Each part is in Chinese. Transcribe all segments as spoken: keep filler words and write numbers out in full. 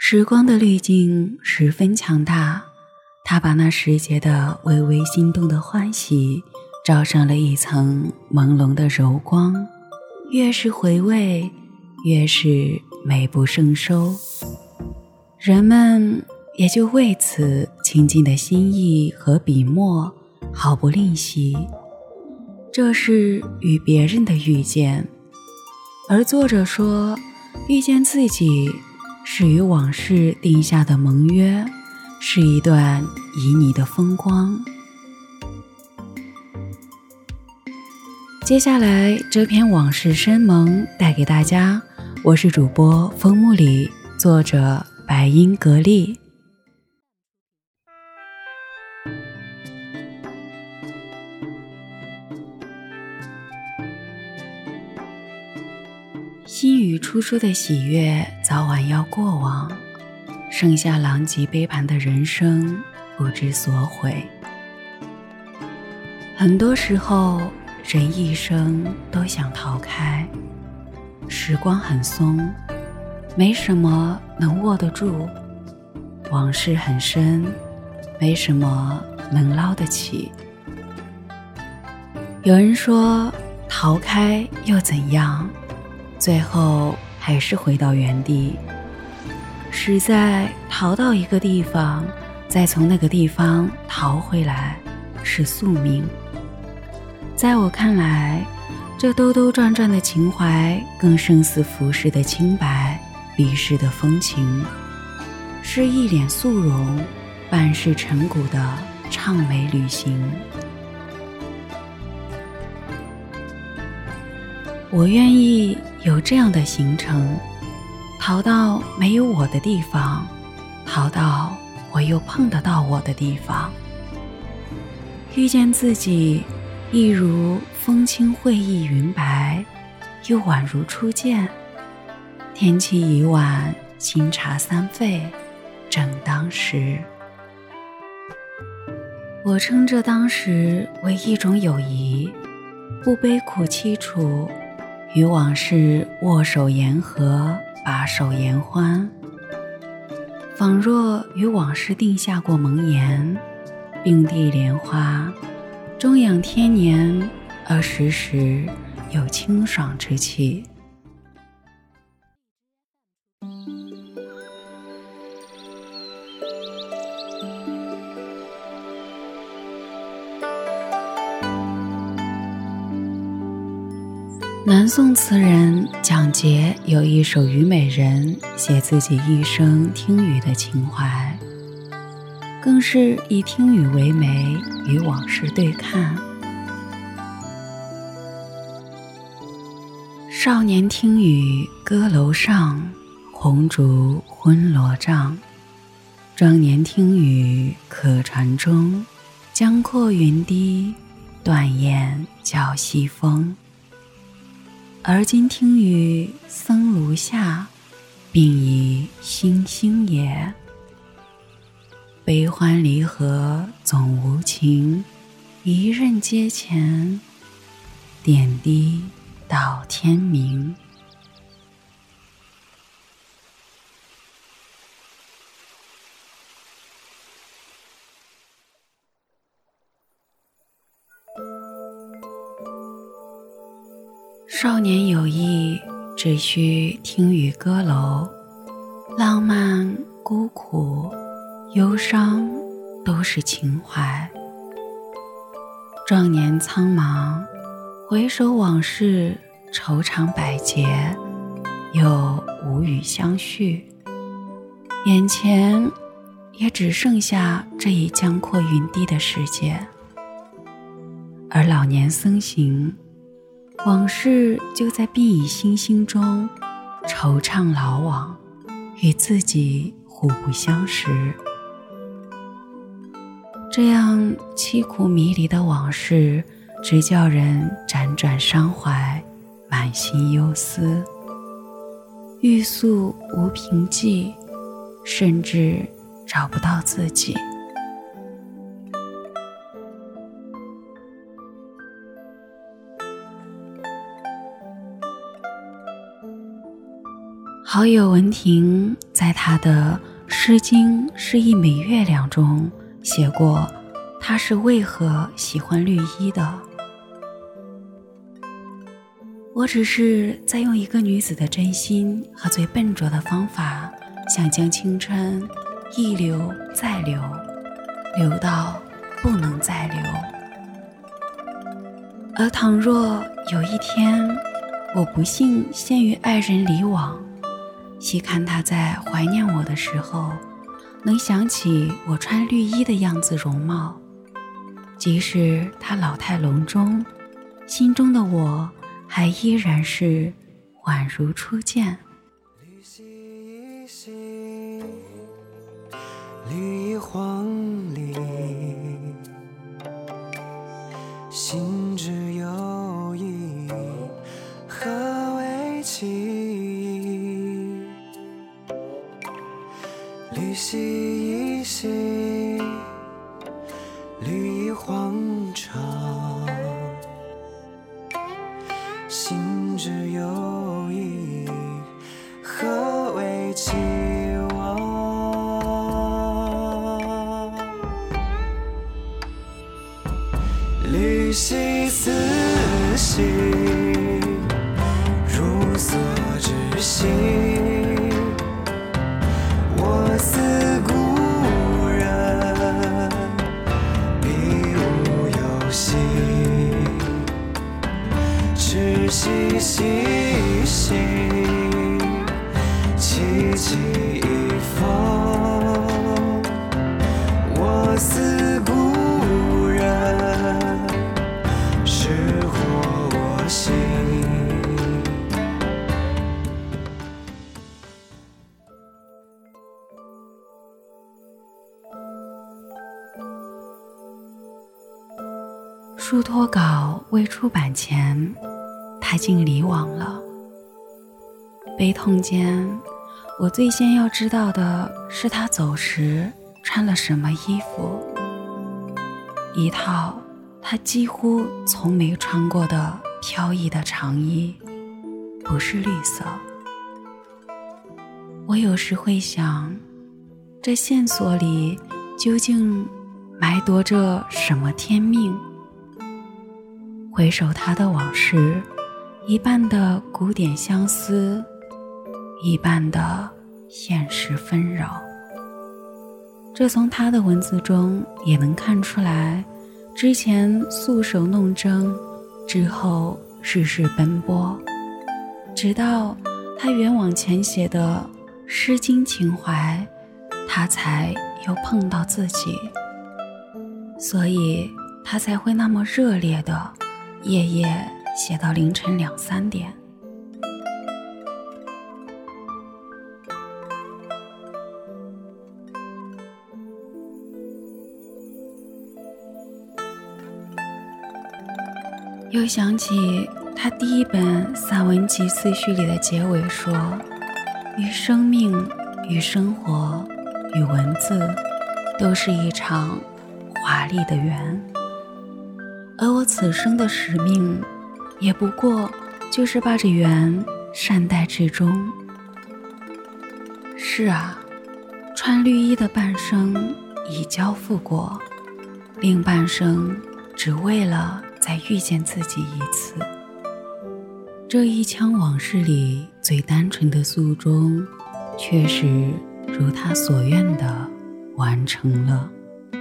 时光的滤镜十分强大，它把那时节的微微心动的欢喜罩上了一层朦胧的柔光，越是回味，越是美不胜收。人们也就为此亲近的心意和笔墨毫不吝惜，这是与别人的遇见。而作者说，遇见自己是与往事定下的盟约，是一段旖旎的风光。接下来这篇往事深盟带给大家，我是主播枫木里，作者白英格丽。新语出书的喜悦早晚要过往，剩下狼藉杯盘的人生不知所悔。很多时候人一生都想逃开，时光很松，没什么能握得住，往事很深，没什么能捞得起。有人说逃开又怎样，最后还是回到原地。实在逃到一个地方，再从那个地方逃回来，是宿命。在我看来，这兜兜转转的情怀更胜似浮世的清白，彼世的风情，是一脸素容，半世尘骨的畅美旅行。我愿意有这样的行程，逃到没有我的地方，逃到我又碰得到我的地方。遇见自己，一如风轻会意云白，又宛如初见。天气已晚，清茶三沸，正当时。我称这当时为一种友谊，不悲苦凄楚，与往事握手言和，把手言欢，仿若与往事定下过盟言，并蒂莲花，终养天年，而时时有清爽之气。南宋词人蒋捷有一首《虞美人》，写自己一生听雨的情怀，更是以听雨为媒，与往事对看。少年听雨歌楼上，红烛昏罗帐。壮年听雨客船中，江阔云低，断雁叫西风。而今听雨僧庐下，鬓已星星也。悲欢离合总无情，一任阶前，点滴到天明。少年有意，只需听雨歌楼，浪漫、孤苦、忧伤都是情怀。壮年苍茫，回首往事，愁肠百结，又无语相续。眼前也只剩下这一江阔云低的世界。而老年僧行，往事就在鬓已星星中惆怅老往，与自己互不相识。这样凄苦迷离的往事，只叫人辗转伤怀，满心忧思，欲诉无凭寄，甚至找不到自己。 好友文婷在她的《诗经是一美月亮》中写过她是为何喜欢绿衣的。我只是在用一个女子的真心和最笨拙的方法，想将青春一流再流，流到不能再流。而倘若有一天我不幸陷于爱人离往，细看他在怀念我的时候，能想起我穿绿衣的样子容貌，即使他老态龙钟，心中的我还依然是宛如初见。 绿兮一兮，绿意黄鹂，心之有意，何为期？绿兮一兮，绿意黄长，心之有意，何为期望？绿兮思兮，如所之兮，我思故人，必无有兮。痴兮兮兮，戚戚一方，我思故人，是惑我心。 书托稿未出版前，他竟离往了。悲痛间，我最先要知道的是他走时穿了什么衣服。一套他几乎从没穿过的飘逸的长衣，不是绿色。我有时会想，这线索里究竟埋躲着什么天命？回首他的往事，一半的古典相思，一半的现实纷扰。这从他的文字中也能看出来，之前素手弄针，之后世事奔波，直到他远往前写的《诗经》情怀，他才又碰到自己，所以他才会那么热烈的夜夜写到凌晨两三点。又想起他第一本散文集自序里的结尾说，与生命，与生活，与文字，都是一场华丽的缘。而我此生的使命，也不过就是把这缘善待至终。是啊，穿绿衣的半生已交付过，另半生只为了再遇见自己一次。这一腔往事里最单纯的诉衷，确实如他所愿的完成了。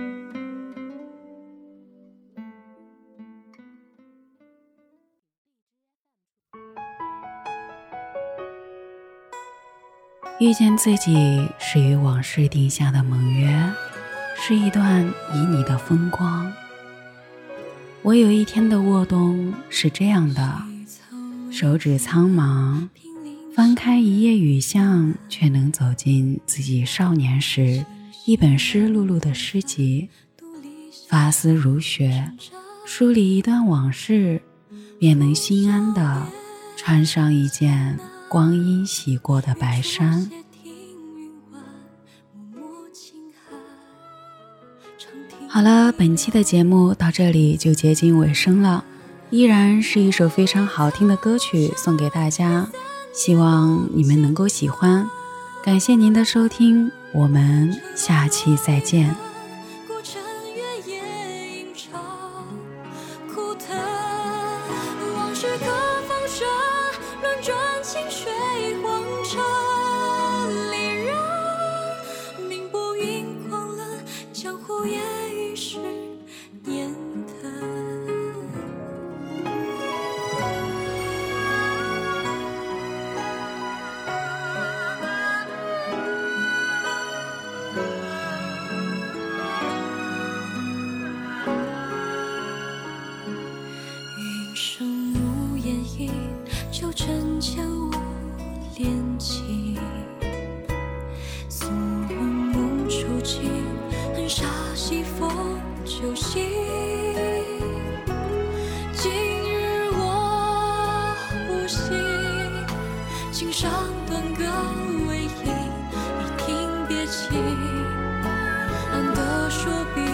遇见自己是与往事定下的盟约，是一段旖旎的风光。我有一天的卧冬是这样的，手指苍茫，翻开一页雨巷，却能走进自己少年时一本湿漉漉的诗集，发丝如雪，梳理一段往事，便能心安地穿上一件光阴洗过的白衫。好了，本期的节目到这里就接近尾声了，依然是一首非常好听的歌曲送给大家， 希望你们能够喜欢。感谢您的收听，我们下期再见。 孤城月夜映照，枯藤往事可放生，轮转清水黄尘里人，命不云狂冷，江湖也已是年藤。云生无言影，旧尘前无恋情。素问梦初惊，恨杀西风酒醒。今日我无心，琴上断歌为饮，一听别情，安得说别